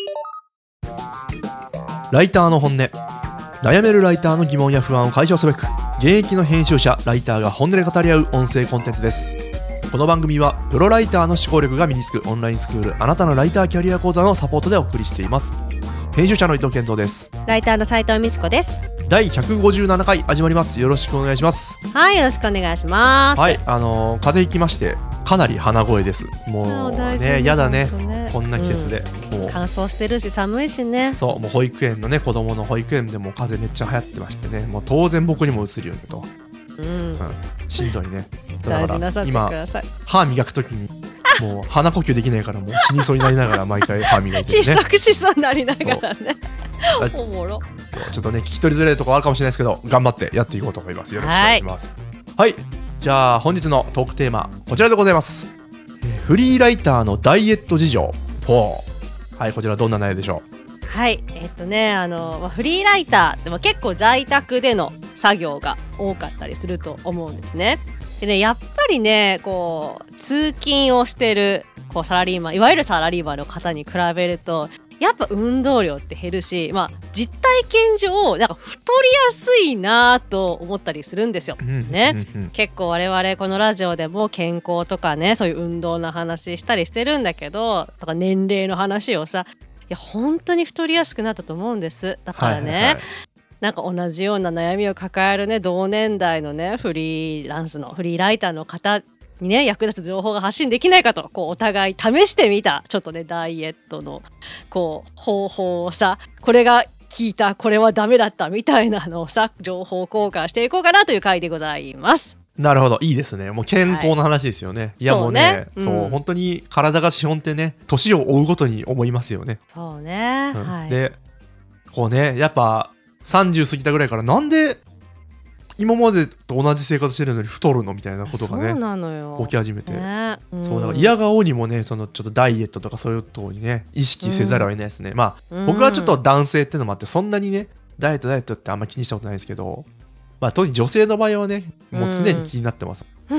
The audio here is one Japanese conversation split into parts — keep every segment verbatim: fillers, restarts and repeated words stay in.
ライターの本音。悩めるライターの疑問や不安を解消すべく、現役の編集者ライターが本音で語り合う音声コンテンツです。この番組はプロライターの思考力が身につくオンラインスクール、あなたのライターキャリア講座のサポートでお送りしています。編集者の伊藤健人です。 ライターの斉藤美智子です。 だいひゃくごじゅうななかい始まります。よろしくお願いします。 はい、よろしくお願いします。 はい、あのー、風邪ひきましてかなり鼻声です。もうね、やだね、こんな季節で、うん、もう乾燥してるし寒いしね。 そう、もう保育園のね、子供の保育園でも風邪めっちゃ流行ってましてね、もう当然僕にもうつるよねと、うんうん、しんどいね。だから今歯磨くときにもう鼻呼吸できないからもう死にそうになりながら毎回歯磨いてるね。 窒息しそうになりながらね。おもろ。 ちょっとね、聞き取りづらいところあるかもしれないですけど、頑張ってやっていこうと思います。よろしくお願いします。はい、はい、じゃあ本日のトークテーマこちらでございます。フリーライターのダイエット事情。ほう、はい、こちらどんな内容でしょう。 はい、えっとね、あのフリーライターでも結構在宅での作業が多かったりすると思うんですね。でね、やっぱりね、こう通勤をしてるこうサラリーマン、いわゆるサラリーマンの方に比べるとやっぱ運動量って減るし、まあ、実体験上なんか太りやすいなと思ったりするんですよ、ね、うんうんうん、結構我々このラジオでも健康とかね、そういう運動の話したりしてるんだけど、とか年齢の話をさ、いや本当に太りやすくなったと思うんです。だからね、はいはいはい、なんか同じような悩みを抱えるね、同年代のね、フリーランスのフリーライターの方にね、役立つ情報が発信できないかと、こうお互い試してみたちょっとね、ダイエットのこう方法をさ、これが効いた、これはダメだったみたいなのをさ、情報交換していこうかなという回でございます。 なるほど、いいですね。もう健康の話ですよね、はい、いやもうね、そう、ね、うん、そう本当に体が資本ってね、年を追うごとに思いますよね。 そうね、うん、はい、でこうね、やっぱさんじゅう過ぎたぐらいからなんで今までと同じ生活してるのに太るのみたいなことがね、 そうなのよ、 起き始めて、ね、うん、そうだから嫌顔にもね、そのちょっとダイエットとかそういうところにね意識せざるを得ないですね、うん、まあ、うん、僕はちょっと男性っていうのもあってそんなにねダイエットダイエットってあんま気にしたことないですけど、まあ特に女性の場合はねもう常に気になってます、 うん、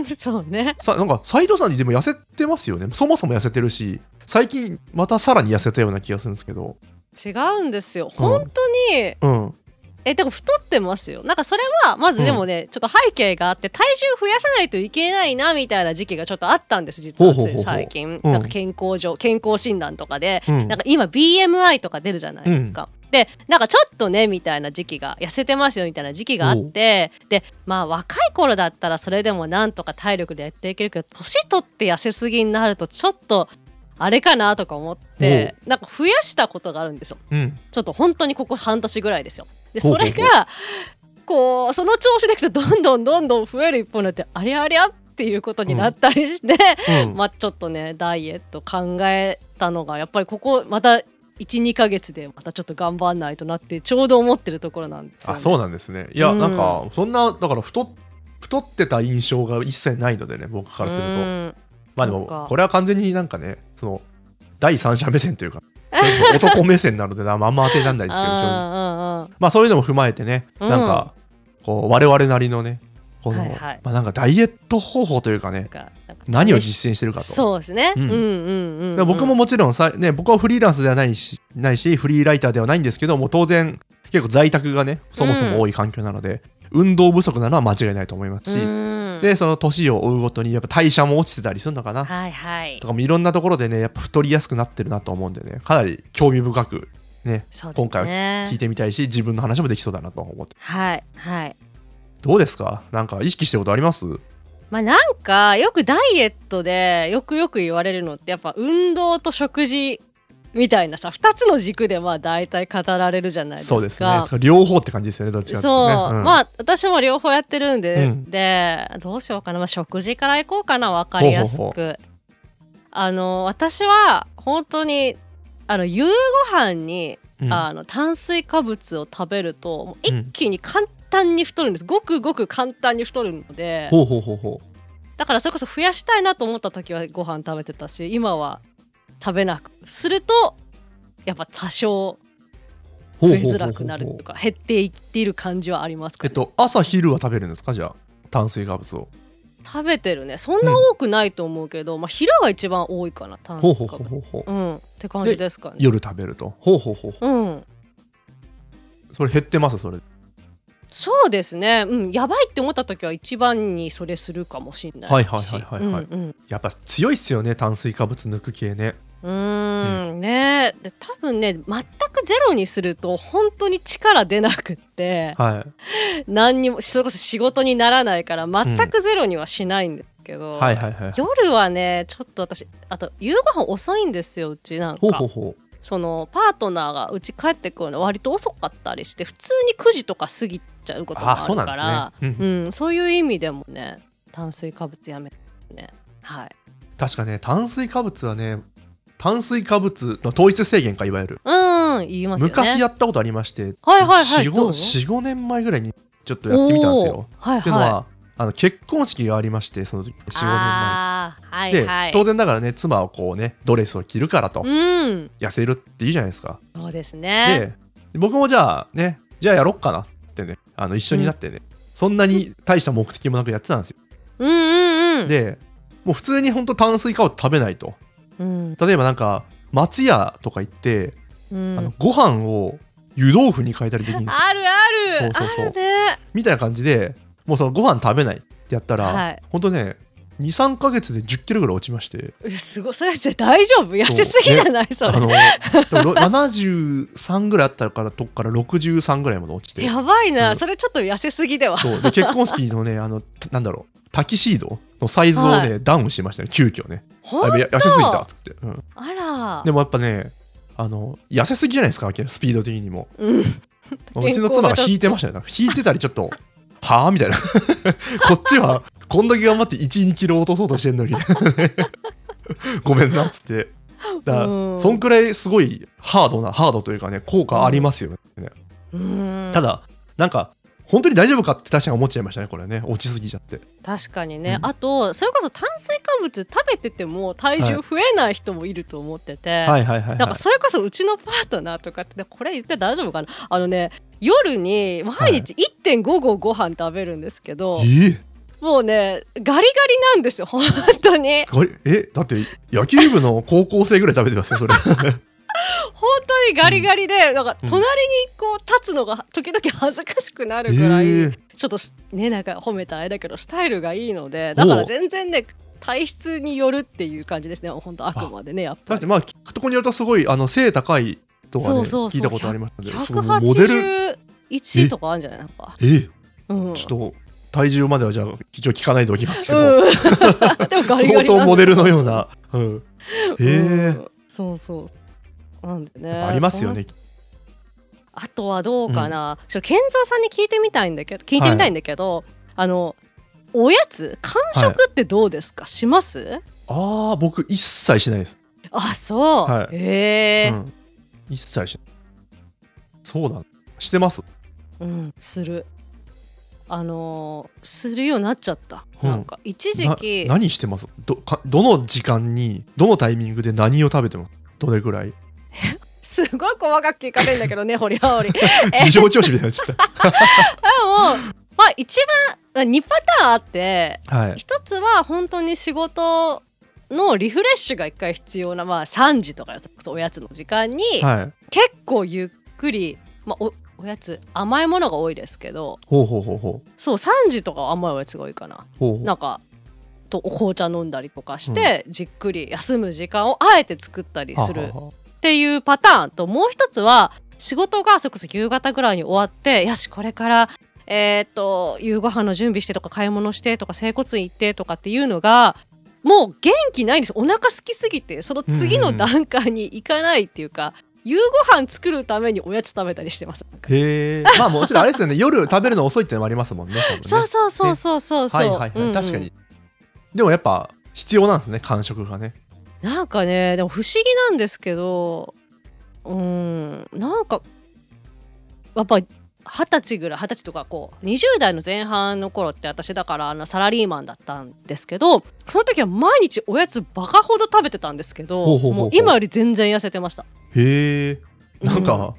そうね。 さ、なんか斉藤さんにでも痩せてますよね。そもそも痩せてるし、最近またさらに痩せたような気がするんですけど。 違うんですよ、本当に、うん、え、でも太ってますよ。なんかそれはまずでもね、うん、ちょっと背景があって、体重増やさないといけないなみたいな時期がちょっとあったんです、実は。つい最近、うん、なんか健康上健康診断とかで、うん、なんか今 ビーエムアイ とか出るじゃないですか、うん、でなんかちょっとねみたいな時期が、痩せてますよみたいな時期があって、でまあ若い頃だったらそれでもなんとか体力でやっていけるけど、年取って痩せすぎになるとちょっとあれかなとか思って、なんか増やしたことがあるんですよ、うん、ちょっと本当にここ半年ぐらいですよ。でそれがこうその調子でいくとどんどんどんどん増える一方になって、ありゃありゃっていうことになったりして、うんうん、まあちょっとねダイエット考えたのがやっぱりここまた いち,に ヶ月でまたちょっと頑張んないとなってちょうど思ってるところなんですよね。 あ、そうなんですね。いや、うん、なんかそんなだから 太, 太ってた印象が一切ないのでね、僕からすると、うん、まあでもこれは完全になんかね、その第三者目線というか男目線なのであんま当てにならないですけどまあそういうのも踏まえてね、うん、なんかこう我々なりのねこの、はいはい、まあ、なんかダイエット方法というかね、か何を実践してるかと。 そうですね、うんうんうんうん、 僕ももちろんさ、ね、僕はフリーランスではないし、ないしフリーライターではないんですけども、当然結構在宅がねそもそも多い環境なので、うん、運動不足なのは間違いないと思いますし、うん、でその年を追うごとにやっぱ代謝も落ちてたりするのかな、はいはい、とかもいろんなところでねやっぱ太りやすくなってるなと思うんでね、かなり興味深くね、ね、今回は聞いてみたいし、自分の話もできそうだなと思って、 はいはい、 どうですか、なんか意識してることあります？ まあ、なんかよくダイエットでよくよく言われるのって、やっぱ運動と食事みたいなさ、ふたつの軸でまあ大体語られるじゃないですか。 そうですね、両方って感じですよね、どっちかっていうとね。 そう、うん、まあ私も両方やってるんで、うん、でどうしようかな、まあ、食事からいこうかな、分かりやすく。ほうほうほう、あの私は本当にあの夕ご飯に、うん、あの炭水化物を食べるともう一気に簡単に太るんです、うん、ごくごく簡単に太るので、 ほうほうほうほう、 だからそれこそ増やしたいなと思った時はご飯食べてたし、今は食べなくするとやっぱ多少増えづらくなるとか減っていっている感じはありますかね。 えっと、朝昼は食べるんですか、じゃあ炭水化物を。 食べてるね。そんな多くないと思うけど、うん、まあ、昼が一番多いかな炭水化物。ほうほうほうほう、うん、って感じですかね。 夜食べるとほうほうほうほう、うん、それ減ってますそれ。 そうですね、うん、やばいって思った時は一番にそれするかもしれないし。 はいはいはいはい、はい、うんうん、やっぱ強いっすよね炭水化物抜く系ね。 うーん、うん、ねで多分ね全くゼロにすると本当に力出なくって、はい、何にもそれこそ仕事にならないから全くゼロにはしないんですけど、うんはいはいはい、夜はねちょっと私あと夕ご飯遅いんですようちなんか。ほうほうほう。そのパートナーがうち帰ってくるの割と遅かったりして普通にくじとか過ぎちゃうこともあるから、そう、ねうんうん、そういう意味でもね炭水化物やめてね、はい、確かね炭水化物はね炭水化物の糖質制限かいわゆるうん言いますよね。 昔やったことありまして、 はいはいはい、 よんごねんまえぐらいにちょっとやってみたんですよ、はいはい、っていうのはあの結婚式がありましてその時よんごねんまえ、はいはい、で当然だからね妻はこうねドレスを着るからと、うん、痩せるっていいじゃないですか。 そうですね。 で僕もじゃあねじゃあやろっかなってねあの一緒になってね、うん、そんなに大した目的もなくやってたんですよ、うんうんうん、でもう普通に本当炭水化物食べないと、うん、例えばなんか松屋とか行って、うん、あのご飯を湯豆腐に変えたりできるんですよ。 あるあるそうそうそう、あるね、 みたいな感じでもうそのご飯食べないってやったら、はい、ほんとね にさんかげつでじゅっキロぐらい落ちまして。 いやすごいそれ大丈夫痩せすぎじゃないそれ。あのななじゅうさんぐらいあったからとこからろくじゅうさんぐらいまで落ちてやばいな、うん、それちょっと痩せすぎでは。 そうで結婚式のねあのなんだろうタキシードのサイズをね、はい、ダウンしましたね急遽ね。 ほんと痩せすぎたっつって、うん、 あらでもやっぱねあの痩せすぎじゃないですかスピード的にも、うん、うちの妻が引いてましたね。引いてたりちょっとはぁみたいなこっちはこんだけ頑張って いちにキロ落とそうとしてんのにごめんなっつってだからそんくらいすごいハードなハードというかね効果ありますよね、うん、ただなんか本当に大丈夫かって確かに思っちゃいましたねこれね落ちすぎちゃって。 確かにね、うん、あとそれこそ炭水化物食べてても体重増えない人もいると思ってて、はいはいはいはいはい、だからそれこそうちのパートナーとかってこれ言って大丈夫かなあのね夜に毎日 いってんご 合ご飯食べるんですけど、はい、えー、もうねガリガリなんですよ本当に。 えだって野球部の高校生ぐらい食べてますよそれ本当にガリガリで、うん、なんか隣にこう立つのが時々恥ずかしくなるぐらい、えー、ちょっとねなんか褒めたあれだけどスタイルがいいのでだから全然ね体質によるっていう感じですね本当あくまでねやっぱり。確かにまあ聞くとこによるとすごいあの背高いとかねそうそうそう聞いたことありますのでひゃくはちじゅういちとかあるんじゃないなんかえーうん、ちょっと体重まではじゃあ一応聞かないでおきますけど、うん、でもガリガリ相当モデルのような、うん、へえ、うん、 そうそうなんでねありますよね。 あとはどうかな、うん、健三さんに聞いてみたいんだけど聞いてみたいんだけど、はい、あのおやつ間食ってどうですか、はい、します？ ああ僕一切しないです。 あそう、はい、へえ、うん、 一切しない。そうだしてます。 うんするあのー、するようになっちゃった、うん、なんか一時期何してます？ ど, かどの時間にどのタイミングで何を食べてます？どれぐらい？ すごい細かく聞かれるんだけどね、堀は堀事情聴取みたいになっちゃったでも、まあ、一番にパターンあって、はい、一つは本当に仕事のリフレッシュが一回必要な、まあ、さんじとかおやつの時間に、はい、結構ゆっくり、まあ、お, おやつ甘いものが多いですけどほうほうほうほうそうさんじとか甘いおやつが多いかな。ほうほうなんかとお紅茶飲んだりとかして、うん、じっくり休む時間をあえて作ったりするはははっていうパターンと、もう一つは仕事がそれこそ夕方ぐらいに終わってよしこれからえー、っと夕ご飯の準備してとか買い物してとか整骨院行ってとかっていうのがもう元気ないんです。お腹空きすぎてその次の段階に行かないっていうか、うん、夕ご飯作るためにおやつ食べたりしてます。 へえまあもちろんあれですよね夜食べるの遅いってのもありますもんね。多分ねそうそうそうそうそうそう、 はいはいはい、うんうん、確かに。でもやっぱ必要なんですね間食がね。 なんかねでも不思議なんですけどうーんなんかやっぱり二十歳ぐらい二十歳とかこうにじゅう代の前半の頃って私だからあのサラリーマンだったんですけどその時は毎日おやつバカほど食べてたんですけどほうほうほうほうもう今より全然痩せてました。 へえなんか、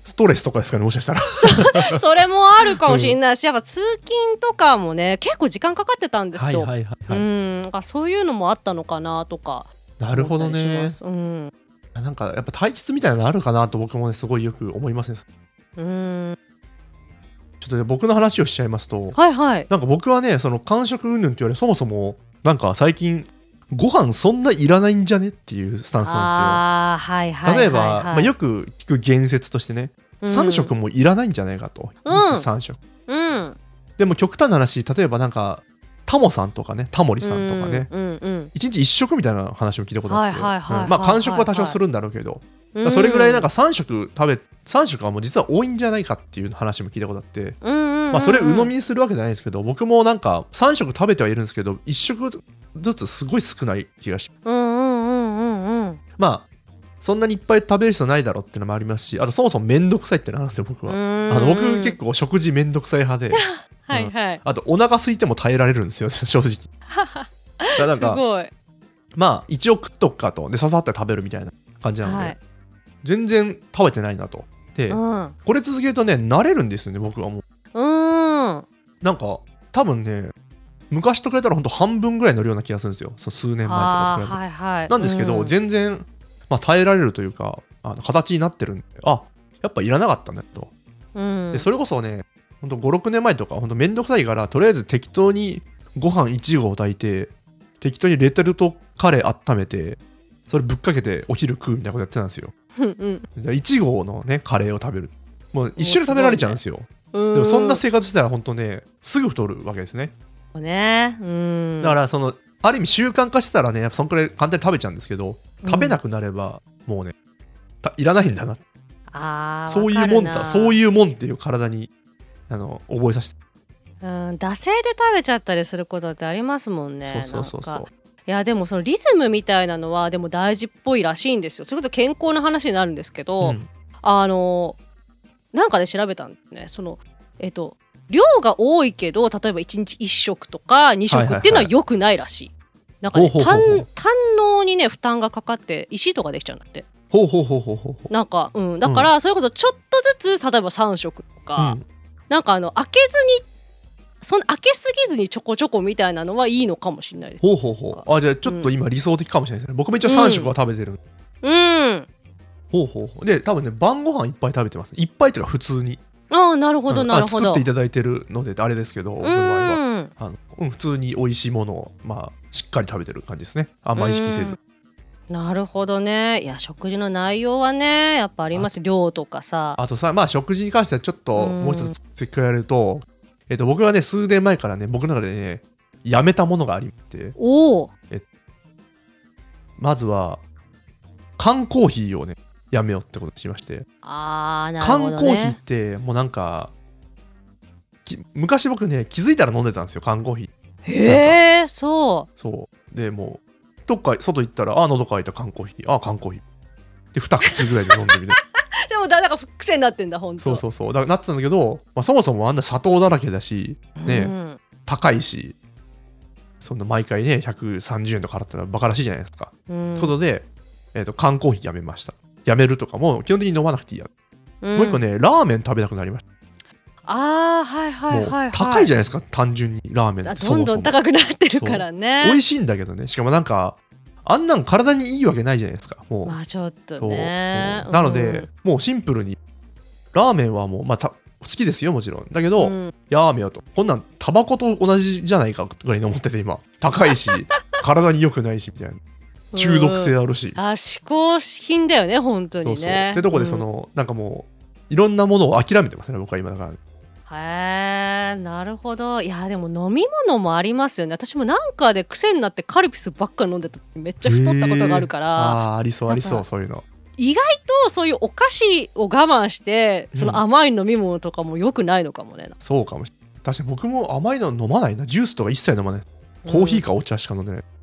ストレスとかですかね、もしかしたら。 そ, それもあるかもしれないし、うん、やっぱ通勤とかもね結構時間かかってたんですよ。はいはいはいはい、うん、なんかそういうのもあったのかなとか。 なるほどね、うん、なんかやっぱ体質みたいなのあるかなと僕もねすごいよく思いますね。うんちょっと、ね、僕の話をしちゃいますと、 はいはい、 なんか僕はねその間食云々って言われそもそもなんか最近ご飯そんないらないんじゃねっていうスタンスなんですよ。あ、はいはいはいはい、例えば、まあ、よく聞く言説としてね、うん、さん食もいらないんじゃないかと、いちにちさん食、うん、でも極端な話、例えばなんかタモさんとかね、タモリさんとかね、うんうんうん、いちにちいち食みたいな話を聞いたことあって、まあ間食は多少するんだろうけど、うん、それぐらいなんかさん食食べさん食はもう実は多いんじゃないかっていう話も聞いたことあって、うんうんうん、まあ、それ鵜呑みにするわけじゃないですけど、僕もなんかさん食食べてはいるんですけどいち食ずつすごい少ない気がして、うんうんうんうんうん、まあそんなにいっぱい食べる必要ないだろうっていうのもありますし、あとそもそもめんどくさいってのなんですよ僕は。あの僕結構食事めんどくさい派ではい、はい、あとお腹空いても耐えられるんですよ正直。だなんかすごい、まあ一応食っとくかとでささって食べるみたいな感じなので、はい、全然食べてないなと。で、うん、これ続けるとね慣れるんですよね僕はもう。うーんなんか多分ね昔と比べたら本当半分ぐらい乗るような気がするんですよ、その数年前とかと比べて、はいはい、なんですけど、うん、全然、まあ、耐えられるというかあの形になってるんで、あやっぱいらなかったねと、うん、でそれこそねほんとごろくねんまえとかほんとめんどくさいからとりあえず適当にご飯いち合炊いて適当にレトルトカレー温めてそれぶっかけてお昼食うみたいなことやってたんですよ、うん、いち合のねカレーを食べる、もう一緒に食べられちゃうんですよ、でもそんな生活したら本当ねすぐ太るわけですね。ね、うん、だからそのある意味習慣化してたらねやっぱそんくらい簡単に食べちゃうんですけど、食べなくなればもうねいらないんだな、あそういうもんだそういうもんっていう体にあの覚えさせて、うん、惰性で食べちゃったりすることってありますもんね。そうそうそうそう、いやでもそのリズムみたいなのはでも大事っぽいらしいんですよ。それこそ健康の話になるんですけど、うん、あのなんかで調べたんですね。そのえっと量が多いけど例えばいちにちいち食とかに食っていうのは良くないらしい、はいはいはい、なんかね胆のにね負担がかかって石とかできちゃうんだって。ほうほうほうほうほうなんか、うん、だからそういうことちょっとずつ例えばさん食とか、うん、なんかあの開けずにその開けすぎずにちょこちょこみたいなのはいいのかもしれないです。ほうほうほう、あじゃあちょっと今理想的かもしれないですね、うん、僕も一応さん食は食べてる、うん、うん、ほうほうほうで多分ね晩ご飯いっぱい食べてます。いっぱいっていうか普通に。ああなるほどなるほど、作っていただいてるのであれですけど、僕の場合はあの、うん、普通に美味しいものを、まあ、しっかり食べてる感じですね。あんま意識せず。なるほどね。いや食事の内容はねやっぱあります。量とかさ、あとさ、まあ、食事に関してはちょっともう一つ付け加えると、えっと、僕がね数年前からね僕の中でねやめたものがありまして、おえまずは缶コーヒーをねやめようってことにしまして。あーなるほどね。缶コーヒーってもうなんか昔僕ね気づいたら飲んでたんですよ缶コーヒー。へえそうそうでもうどっか外行ったらあ喉乾いた缶コーヒーあ缶コーヒーでに口ぐらいで飲んでみてでもだから癖になってんだ本当。そうそうそうだからなってたんだけど、まあ、そもそもあんな砂糖だらけだしね、うん、高いしそんな毎回ねひゃくさんじゅうえんとか払ったらバカらしいじゃないですか。と、うん、いうことで、えーと、缶コーヒーやめました。やめるとかも基本的に飲まなくていいや、うん、もう一個ねラーメン食べなくなりました。あーはいはいはい、はい、高いじゃないですか単純にラーメンって。どんどん高くなってるからね。美味しいんだけどね、しかもなんかあんなん体にいいわけないじゃないですかもう。まあちょっとね、うん、なのでもうシンプルにラーメンはもうまあた好きですよもちろんだけど、うん、やめようと。こんなんタバコと同じじゃないかぐらいに思ってて今高いし体に良くないしみたいな中毒性あるし、うん、あ嗜好品だよね本当にね。そうそうってとこでその、うん、なんかもういろんなものを諦めてますね僕は今だから。へーなるほど。いやでも飲み物もありますよね。私もなんかで癖になってカルピスばっかり飲んでためっちゃ太ったことがあるから。あありそうありそうそういうの。意外とそういうお菓子を我慢してその甘い飲み物とかも良くないのかもね、うん、そうかもしれない。確かに僕も甘いの飲まないな。ジュースとか一切飲まない。コーヒーかお茶しか飲んでない、うん、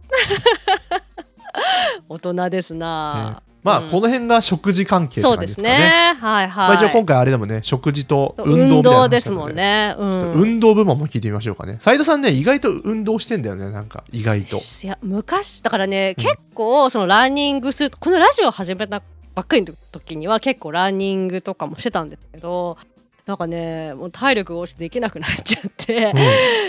大人ですな、ね。まあ、うん、この辺が食事関係って感じですかね。そうですね。はいはい。まあ、一応今回あれでもね食事と運動みたいな話だったので、運動ですもんね。うん、運動部門も聞いてみましょうかね。斉藤さんね意外と運動してんだよねなんか意外と。いや昔だからね、うん、結構そのランニングするこのラジオ始めたばっかりの時には結構ランニングとかもしてたんですけど、なんかねもう体力が落ちてできなくなっちゃって、うん、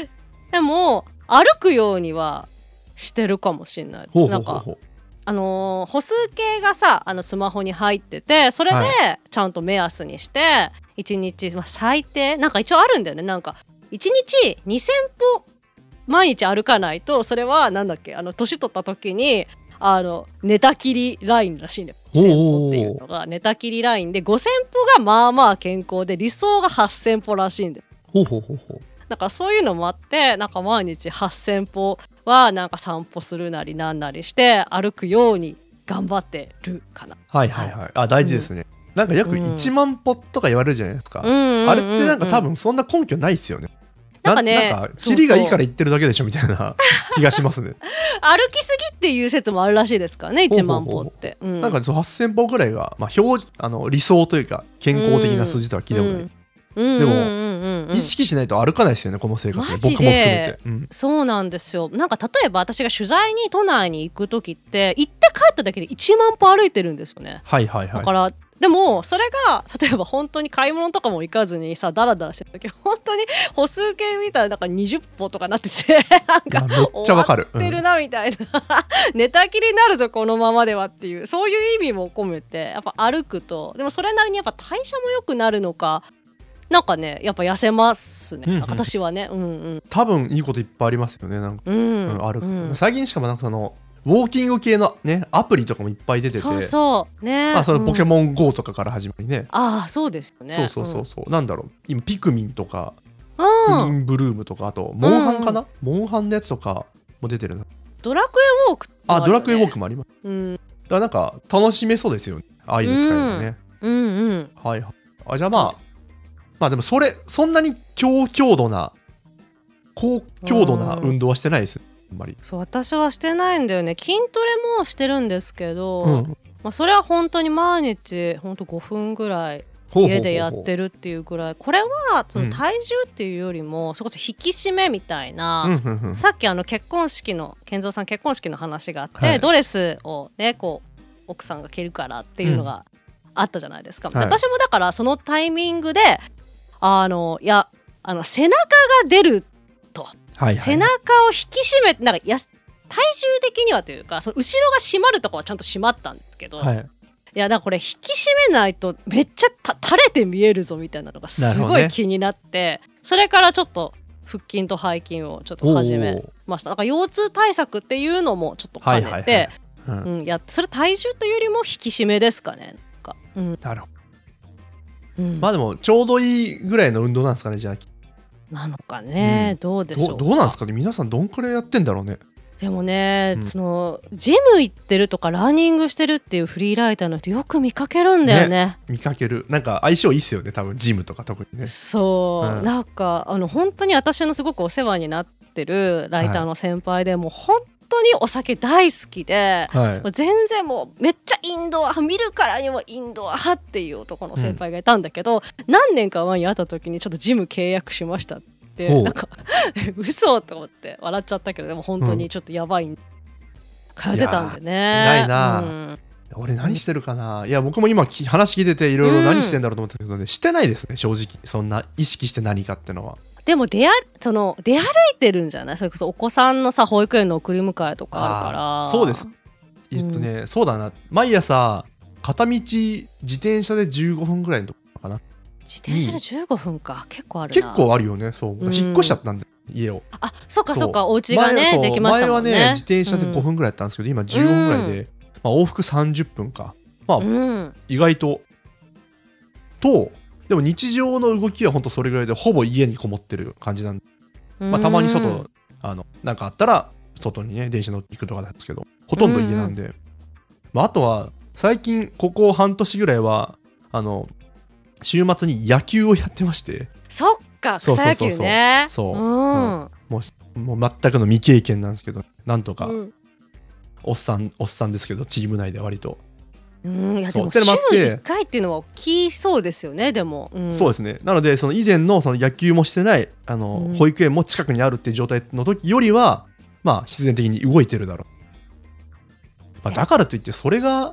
でも歩くようにはしてるかもしれないです。ほうほうほうほう。なんかあのー、歩数計がさあのスマホに入ってて、それでちゃんと目安にしていちにち、まあ、最低なんか一応あるんだよね。なんかいちにちにせんぽ毎日歩かないと、それはなんだっけ、あの年取った時にあの寝たきりラインらしいんだよ。せんぽっていうのが寝たきりラインで、ごせんぽがまあまあ健康で理想がはっせんぽらしいんだよ。 ほうほうほうほう。 だからそういうのもあって、なんか毎日はっせんぽはなんか散歩するなりなんなりして歩くように頑張ってるかな。 はいはいはい、はい、あ大事ですね、うん、なんか約いちまんぽとか言われるじゃないですか、うん、あれってなんか多分そんな根拠ないですよね。なんかね、なんかキリがいいから言ってるだけでしょみたいな気がしますね。 歩きすぎっていう説もあるらしいですからね、いちまんぽって。 ほうほうほう、うん、なんかそのはっせんぽぐらいが、まあ、標あの理想というか健康的な数字とは聞いたことない、うんうん、でも、うんうんうん、意識しないと歩かないですよねこの生活で。僕も含めて、うん、 そうなんですよ。なんか例えば私が取材に都内に行く時って行って帰っただけでいちまんぽ歩いてるんですよね。 はいはいはい。 だからでもそれが例えば本当に買い物とかも行かずにさダラダラしてる時、本当に歩数計見たらなんかにじゅっぽとかなっててなんかめっちゃわかる、 終わってるなみたいな、うん、寝たきりになるぞこのままではっていう、そういう意味も込めてやっぱ歩くと、でもそれなりにやっぱ代謝も良くなるのかなんかねやっぱ痩せますね、うんうん、私はね、うんうん、 多分いいこといっぱいありますよね。なんか、うんうん、歩く、うん、最近しかもなんかそのウォーキング系のねアプリとかもいっぱい出てて、 そうそうね、 まあ、そのポケモン ゴー とかから始まりね、うん、 ああそうですよね。 そうそうそうそう、うん、なんだろう今ピクミンとかピクミンブルームとか、あとモンハンかな、うん、モンハンのやつとかも出てるな。 ドラクエウォーク、ね、 あドラクエウォークもあります、うん、だからなんか楽しめそうですよねああいうの使えるのね、 うんうんうん、 はいはい。あじゃあまあまあでもそれそんなに強強度な高強度な運動はしてないです、あんまり。 そう私はしてないんだよね。筋トレもしてるんですけど、うんまあ、それは本当に毎日本当ごふんぐらい家でやってるっていうぐらい、これはその体重っていうよりも、うん、それこそ引き締めみたいな、うんうんうん、さっきあの結婚式の健三さん結婚式の話があって、はい、ドレスをねこう奥さんが着るからっていうのがあったじゃないですか、うん、私もだからそのタイミングであのいやあの背中が出ると、はいはい、背中を引き締めてなんかや体重的にはというかその後ろが締まるとこはちゃんと締まったんですけど、はい、いやだからこれ引き締めないとめっちゃた垂れて見えるぞみたいなのがすごい気になって、ね、それからちょっと腹筋と背筋をちょっと始めました。なんか腰痛対策っていうのもちょっと兼ねて、はいはいはいうんうん、やそれ体重というよりも引き締めですかね。なんか、うん、 なるほど、うん、まあでもちょうどいいぐらいの運動なんですかねじゃあ。 なのかね、うん、どうでしょうか。 どうなんですかね皆さんどんくらいやってんだろうね。 でもね、うん、そのジム行ってるとかランニングしてるっていうフリーライターの人よく見かけるんだよ ね, ね見かける。なんか相性いいっすよね多分ジムとか特にね。 そう、うん、なんかあの本当に私のすごくお世話になってるライターの先輩で、はい、もう本当にお酒大好きで、はい、全然もうめっちゃインドア見るからにもインドア派っていう男の先輩がいたんだけど、うん、何年か前に会った時にちょっとジム契約しましたってなんか嘘と思って笑っちゃったけど、でも本当にちょっとやばい、うん、通ってたんでね。 偉いな、うん、俺何してるかな。いや僕も今話聞いてていろいろ何してんだろうと思ったけどね、うん、してないですね正直。そんな意識して何かってのは。 でも出, その出歩いてるんじゃない。それこそお子さんのさ保育園の送り迎えとかあるから。 そうです。えっとね、うん、そうだな毎朝片道自転車でじゅうごふんぐらいのとこかな。 自転車でじゅうごふんか、うん、結構あるな。 結構あるよね。そう、うん、引っ越しちゃったんで家を。 あそっかそっかお家がねできましたもんね。 前はね自転車でごふんぐらいやったんですけど、うん、今じゅうごふんぐらいで、まあ、往復さんじゅっぷんか。まあ、うん、意外ととでも日常の動きは本当それぐらいでほぼ家にこもってる感じなんで、まあ、たまに外あのなんかあったら外にね電車乗って行くとかなんですけどほとんど家なんで、まあ、あとは最近ここ半年ぐらいはあの週末に野球をやってまして。 そっか草野球ね。 そう、うん、もう、もう全くの未経験なんですけどなんとか、うん、おっさんおっさんですけどチーム内で割とうん、いやでも週いっかいっていうのは大きそうですよね。でも、 うん、そうですね。なのでその以前 の, その野球もしてないあの、うん、保育園も近くにあるっていう状態の時よりはまあ必然的に動いてるだろう、まあ、だからといってそれが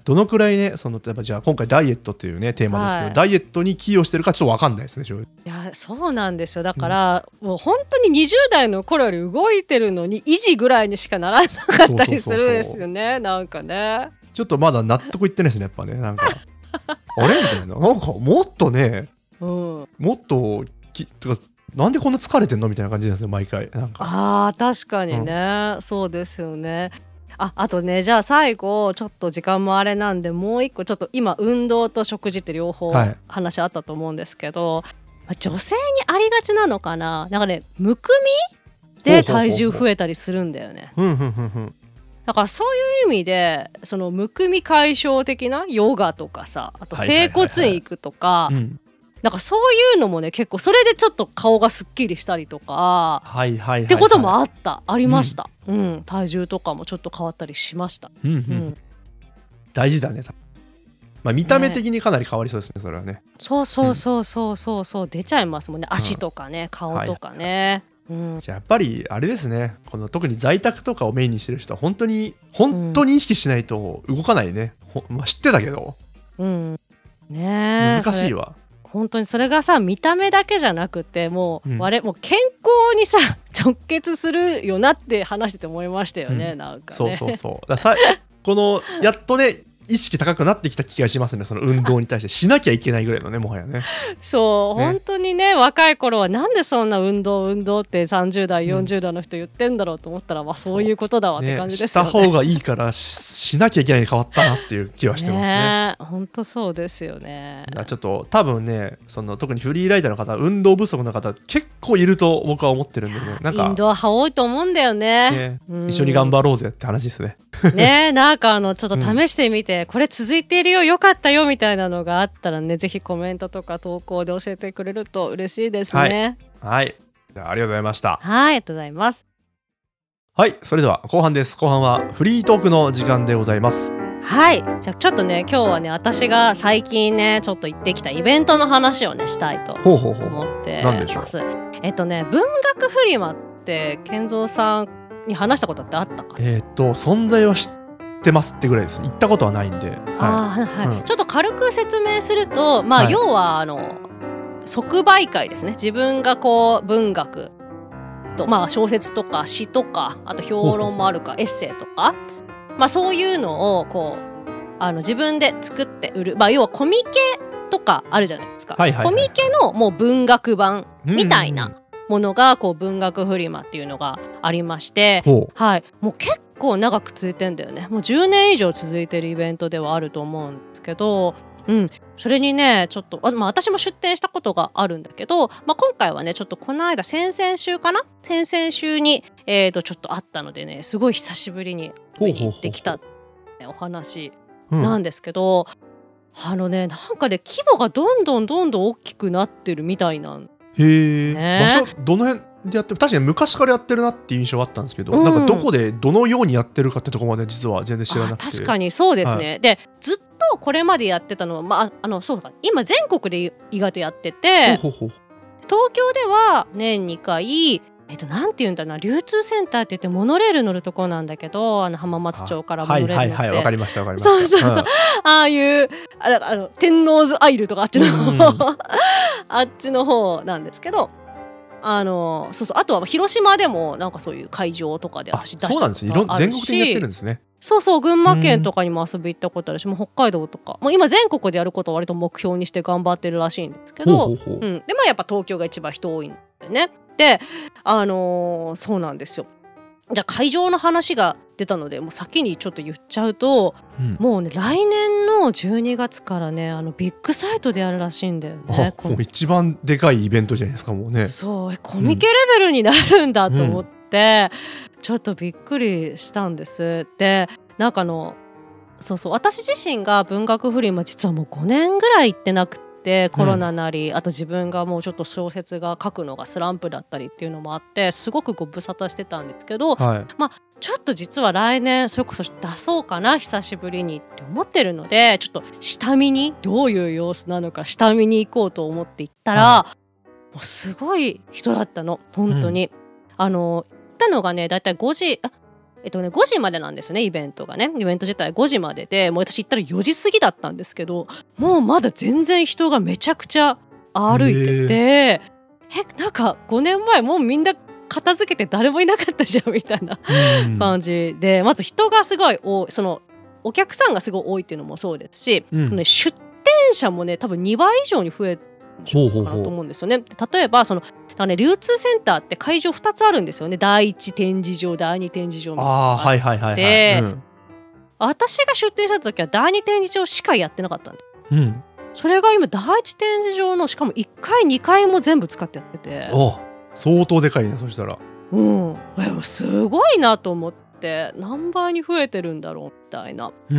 どのくらいねその例えばじゃあ今回ダイエットっていうねテーマですけど、はい、ダイエットに寄与してるかちょっと分かんないですね。正直。いやそうなんですよ。だから、うん、もう本当ににじゅう代の頃より動いてるのに維持ぐらいにしかならなかったりするんですよね。なんかねちょっとまだ納得いってないですねやっぱね。なんかあれみたいな、なんかもっとね、うん、もっときとかなんでこんな疲れてんのみたいな感じなんですよ毎回。なんかあー確かにね、うん、そうですよね。あ, あとねじゃあ最後ちょっと時間もあれなんでもう一個ちょっと今運動と食事って両方話あったと思うんですけど、はい、女性にありがちなのかな、なんかねむくみで体重増えたりするんだよね。だからそういう意味でそのむくみ解消的なヨガとかさ、あと整骨院行くとか、なんかそういうのもね結構それでちょっと顔がすっきりしたりとか、はいはいはいはい、ってこともあったありました、うんうん、体重とかもちょっと変わったりしました、うんうんうん、 大事だね。まあ、見た目的にかなり変わりそうですねそれはね。 そうそうそうそうそうそう、出ちゃいますもんね、足とかね、うん、顔とかね、はいはい、うん、 じゃあやっぱりあれですね、この特に在宅とかをメインにしてる人は本当に本当に意識しないと動かないね、うんまあ、知ってたけど、うん、ね難しいわ。 本当にそれがさ見た目だけじゃなくてもう、うん、我もう健康にさ直結するよなって話してて思いましたよね、うん、なんかね。 そうそうそうださこのやっとね意識高くなってきた気がしますね、その運動に対してしなきゃいけないぐらいのねもはやね。そう、ね、 本当にね若い頃はなんでそんな運動運動ってさんじゅう代よんじゅう代の人言ってんだろうと思ったら、うん、まあ、そういうことだわって感じですよね。 した方がいいから し, しなきゃいけないに変わったなっていう気はしてますね。 本当そうですよね。 ちょっと多分ねその特にフリーライターの方運動不足の方結構いると僕は思ってるんでね。なんか運動派多いと思うんだよ ね, ね、 うん、一緒に頑張ろうぜって話ですね。 ねなんかあのちょっと試してみて、うん、これ続いているよよかったよみたいなのがあったらねぜひコメントとか投稿で教えてくれると嬉しいですね。 はい、はい、じゃあありがとうございました。 はい、ありがとうございます。 はい、それでは後半です。後半はフリートークの時間でございます。 はい、じゃあちょっとね今日はね私が最近ねちょっと行ってきたイベントの話をねしたいと思ってます。 何でしょう。 えっとね文学フリマって健三さんに話したことってあったか。 えっと存在は知ってますってぐらいです。行ったことはないんで、はいはいはいうん、ちょっと軽く説明すると、まあ、はい、要はあの即売会ですね。自分がこう文学と、まあ、小説とか詩とかあと評論もあるかエッセイとか、まあ、そういうのをこうあの自分で作って売る、まあ、要はコミケとかあるじゃないですか、はいはいはいはい、コミケのもう文学版みたいなものがこう文学フリマっていうのがありまして、はい、もう結構長く続いてんだよね。もうじゅうねん以上続いてるイベントではあると思うんですけど、うん、それにねちょっとあ、まあ、私も出展したことがあるんだけど、まあ、今回はねちょっとこの間先々週かな先々週に、えー、とちょっとあったのでねすごい久しぶりに行ってきたお話なんですけど、うん、あのねなんかね規模がどんどんどんどん大きくなってるみたいなんへえ、ね、場所どの辺でやってる。確かに昔からやってるなっていう印象はあったんですけど、うん、なんかどこでどのようにやってるかってところまで実は全然知らなくて。 確かにそうですね、はい、でずっとこれまでやってたのは、まあ、あのそうか今全国で意外とやっててほうほうほう東京では年にかいえっと、なんていうんだろうな流通センターって言ってモノレール乗るところなんだけどあの浜松町からモノレール乗ってはいはいはいわかりましたわかりましたそうそうそう、うん、ああいうああの天王洲アイルとかあっちの方、うん、あっちの方なんですけどあのそうそうあとは広島でもなんかそういう会場とかで私出したことがあるしそうなんです全国的にやってるんですね。そうそう群馬県とかにも遊び行ったことあるしもう北海道とかもう今全国でやることを割と目標にして頑張ってるらしいんですけどほうほうほう、うん、でまあやっぱ東京が一番人多いんだよね。であのー、そうなんですよ。じゃあ会場の話が出たのでもう先にちょっと言っちゃうと、うん、もうね来年のじゅうにがつからねあのビッグサイトでやるらしいんだよね。 あもう一番でかいイベントじゃないですかもうね。 そうコミケレベルになるんだと思って、うん、ちょっとびっくりしたんです。でなんかのそうそう私自身が文学フリマ実はもうごねんぐらい行ってなくてコロナなり、うん、あと自分がもうちょっと小説が書くのがスランプだったりっていうのもあってすごくご無沙汰してたんですけど、はい、まあちょっと実は来年それこそ出そうかな久しぶりにって思ってるのでちょっと下見にどういう様子なのか下見に行こうと思って行ったら、はい、もうすごい人だったの本当に、うん、あの行ったのがねだいたいごじあえっとね、ごじまでなんですよねイベントがね。イベント自体ごじまでで、もう私行ったらよじ過ぎだったんですけど、もうまだ全然人がめちゃくちゃ歩いてて、えなんかごねんまえもうみんな片付けて誰もいなかったじゃんみたいな感じで、まず人がすごい多い、そのお客さんがすごい多いっていうのもそうですし、うん、ね、出店者もね多分にばい以上に増えるかなと思うんですよね。例えばそのね、流通センターって会場ふたつあるんですよね。だいいち展示場、だいに展示場みたいなのがあって、あ、はいはいはいはい、うん、私が出店した時はだいに展示場しかやってなかったんで、うん、それが今だいいち展示場のしかもいっかいにかいも全部使ってやってて、 お相当でかいね。そしたら、 うん、すごいなと思って、何倍に増えてるんだろうみたいな、うんうん、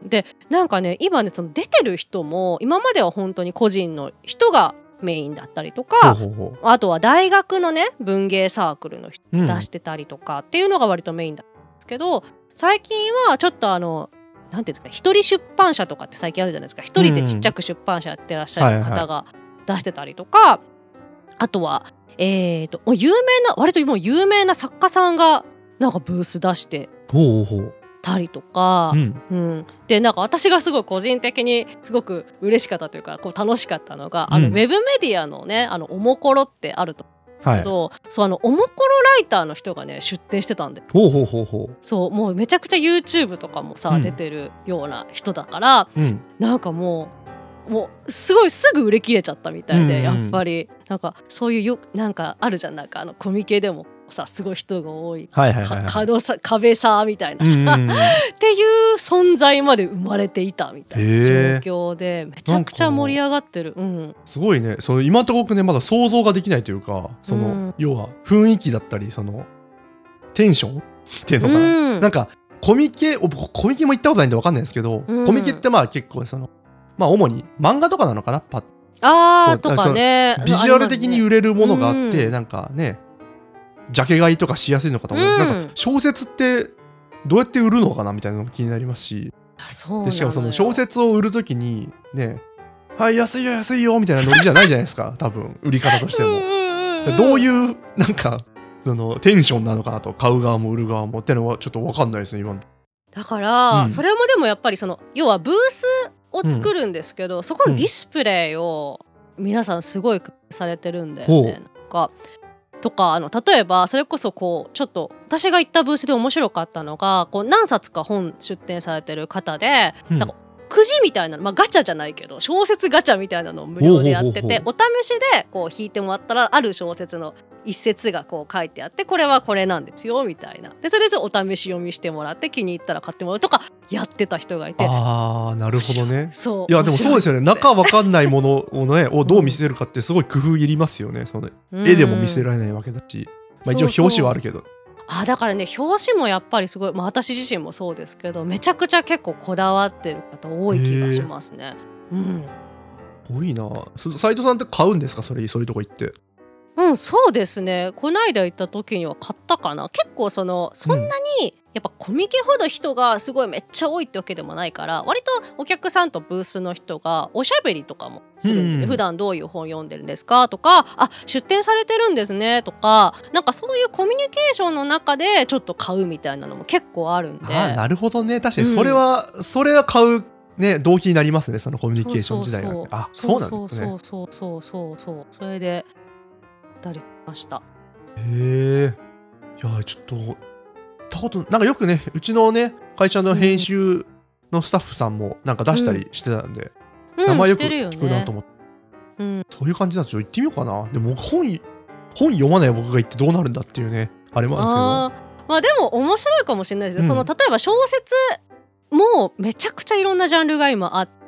でなんかね今ねその出てる人も今までは本当に個人の人がメインだったりとか、ほうほうほう、あとは大学のね文芸サークルの人出してたりとかっていうのが割とメインだったんですけど、最近はちょっとあのなんていうんですか、一人出版社とかって最近あるじゃないですか。一人でちっちゃく出版社やってらっしゃる方が出してたりとか、はいはい、あとはえーと有名な割ともう有名な作家さんがなんかブース出してたりとか、うんうん、でなんか私がすごい個人的にすごく嬉しかったというかこう楽しかったのが、うん、あのウェブメディアのねあのおもころってあると思うんですけど、はい、そうあのおもころライターの人がね出展してたんで、ほうほうほうほう、そうもうめちゃくちゃ YouTube とかもさ、うん、出てるような人だから、うん、なんかもうもうすごいすぐ売れ切れちゃったみたいで、うんうん、やっぱりなんかそういうよなんかあるじゃん、なんかあのコミケでもさすごい人が多い、はいはいはいはい、さ壁さみたいなさ、うんうん、っていう存在まで生まれていたみたいな状況でめちゃくちゃ盛り上がってる、うん、 すごいね。その今のところねまだ想像ができないというか、その、うん、要は雰囲気だったりそのテンションっていうのかな、うん、なんかコミケコミケも行ったことないんで分かんないんですけど、うん、コミケってまあ結構そのまあ主に漫画とかなのかな、パッあーとかね、 ビジュアル的に売れるものがあって、うん、なんかねジャケ買いとかしやすいのかと思う、うん、なんか小説ってどうやって売るのかなみたいなのも気になりますし、でしかもその小説を売るときにね、はい安いよ安いよみたいなノリじゃないじゃないですか多分売り方としてもどういうなんかそのテンションなのかなと、買う側も売る側もってのはちょっと分かんないですね今の。 だから、うん、それもでもやっぱりその要はブースを作るんですけど、うん、そこのディスプレイを皆さんすごい工夫されてるんだよね、うん、なんかとかあの例えばそれこそこうちょっと私が行ったブースで面白かったのがこう何冊か本出展されてる方で、うん、なんかくじみたいなの、まあ、ガチャじゃないけど小説ガチャみたいなのを無料でやってて、お試しでこう引いてもらったらある小説の一節がこう書いてあって、これはこれなんですよみたいな、でそれでお試し読みしてもらって気に入ったら買ってもらうとかやってた人がいて、 あーなるほどね。そういやでもそうですよね、中わかんないものを、ね、をどう見せるかってすごい工夫いりますよね。その絵でも見せられないわけだし、まあ、一応表紙はあるけど、そうそうあだからね表紙もやっぱりすごい、まあ、私自身もそうですけどめちゃくちゃ結構こだわってる方多い気がしますね。うん、 多いな。斉藤さんって買うんですか、それそういうとこ行って。 うん、そうですね。こないだ行った時には買ったかな。結構そのそんなに、うん、やっぱコミケほど人がすごいめっちゃ多いってわけでもないから、割とお客さんとブースの人がおしゃべりとかもするんで、ね、うん、普段どういう本読んでるんですかとか、あ出展されてるんですねとか、なんかそういうコミュニケーションの中でちょっと買うみたいなのも結構あるんで。 あなるほどね。確かにそれは、うん、それは買うね動機になりますね、そのコミュニケーション時代が。あそうなんですね。 そうそうそうそうそうそれでたりました。 へえ。いやちょっとたことなんかよくねうちのね会社の編集のスタッフさんもなんか出したりしてたんで、うん、名前よく聞くなと思って、うん、そういう感じなんですよ。行ってみようかな。でも本本読まない僕が行ってどうなるんだっていうねあれもあるんですけど、あまあでも面白いかもしれないですよ、うん、その例えば小説もめちゃくちゃいろんなジャンルが今あって、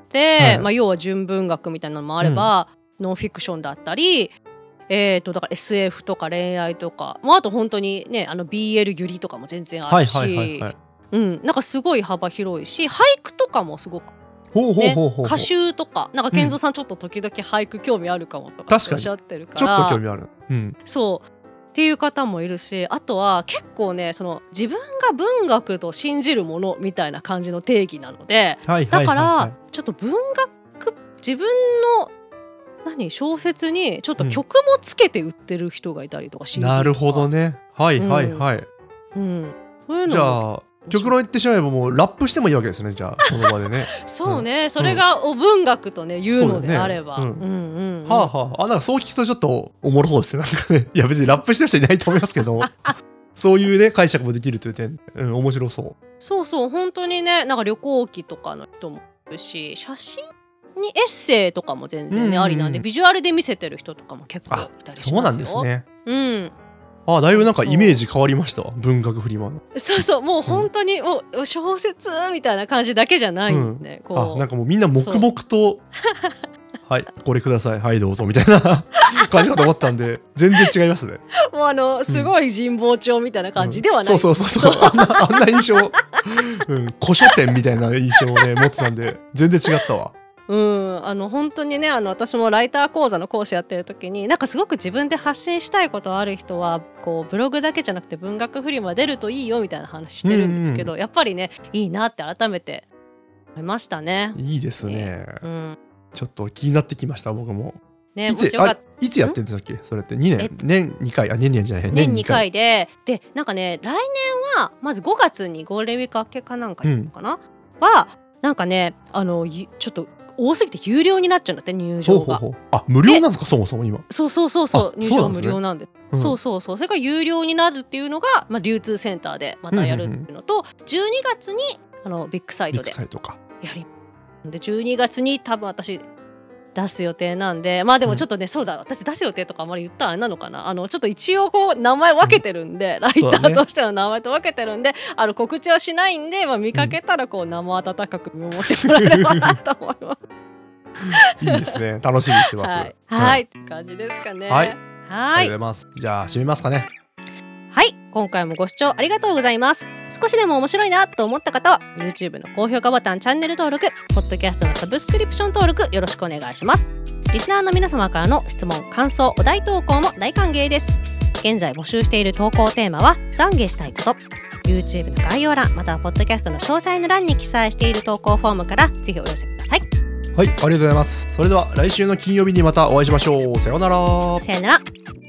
はいまあ、要は純文学みたいなのもあれば、うん、ノンフィクションだったりえー、とだから エスエフ とか恋愛とか、まあ、あと本当にねあの ビーエル ユリとかも全然あるし、なんかすごい幅広いし、俳句とかもすごく、ね、歌集とかなんか健三さんちょっと時々俳句興味あるかもとかおっしゃってるから、 ちょっと興味ある、うん、 そうっていう方もいるし、あとは結構ねその自分が文学と信じるものみたいな感じの定義なので、だからちょっと文学自分の何小説にちょっと曲もつけて売ってる人がいたりとか、うん、シーディー とか。 なるほどね。はいはいはい、 うんうん、 そういうのじゃあ極論言ってしまえばもうラップしてもいいわけですね。じゃあその場でねそうね、うん、それがお文学とね言うのであれば、 ね、うんうんうんうん、はあはあ、あなんかそう聞くとちょっとおもろそうですね。なんかね、いや別にラップしてる人いないと思いますけどそういうね解釈もできるという点、うん、面白そう。 そうそう本当にね、なんか旅行記とかの人もいるし、写真にエッセイとかも全然ね、うんうん、ありなんで、ビジュアルで見せてる人とかも結構いたりしますよ。 そうなんですね。 うん。 あ、だいぶなんかイメージ変わりましたわ、文学フリマの。 そうそう、もう本当に、うん、小説みたいな感じだけじゃないんで、うん、こうあ、なんかもうみんな黙々とはいこれください、はいどうぞみたいな感じかと思ったんで全然違いますね。 もうあのすごい神保町みたいな感じではない、うん、 そうそうそうそうあんな、あんな印象、うん、古書店みたいな印象をね持ってたんで全然違ったわ。 うん、あの本当にね、あの私もライター講座の講師やってる時に、なんかすごく自分で発信したいことある人はこうブログだけじゃなくて文学フリマ出るといいよみたいな話してるんですけど、うんうん、やっぱりねいいなって改めて思いましたね。 いいですね、うん、ちょっと気になってきました僕も。 ね、 いつ、あ、いつやってるんですかそれってにねん、年にかい、あ、年にじゃない、 年にかいで、でなんかね来年はまずごがつにゴールデンウィーク明けかなんかやるのかな、うん、はなんかねあのちょっと多すぎて有料になっちゃうんだって、入場が。 ほうほうほう、あ、無料なんですかそもそも今。 そうそうそうそう、入場は無料なんです。そう、ねうん、そうそうそう、それから有料になるっていうのが、まあ、流通センターでまたやるっていうのと、うんうんうん、じゅうにがつにあのビッグサイトでやりで、じゅうにがつに多分私出す予定なんで、まあでもちょっとね、うん、そうだ、私出す予定とかあまり言ったらあれなのかな、あのちょっと一応こう名前分けてるんで、うん、ライターとしての名前と分けてるんで、ね、あの告知はしないんで、まあ、見かけたらこう生温かく見守ってもらえればなと思いますいいですね、楽しみにしてます。はい、 はい、って感じですかね。 はい、はい、ありがとうございます。じゃあ締めますかね。 はい、今回もご視聴ありがとうございます。少しでも面白いなと思った方は YouTube の高評価ボタン、チャンネル登録、Podcast のサブスクリプション登録よろしくお願いします。リスナーの皆様からの質問、感想、お題投稿も大歓迎です。現在募集している投稿テーマは懺悔したいこと。 YouTube の概要欄または Podcast の詳細の欄に記載している投稿フォームからぜひお寄せください。 はい、ありがとうございます。それでは来週の金曜日にまたお会いしましょう。さようなら。 さようなら。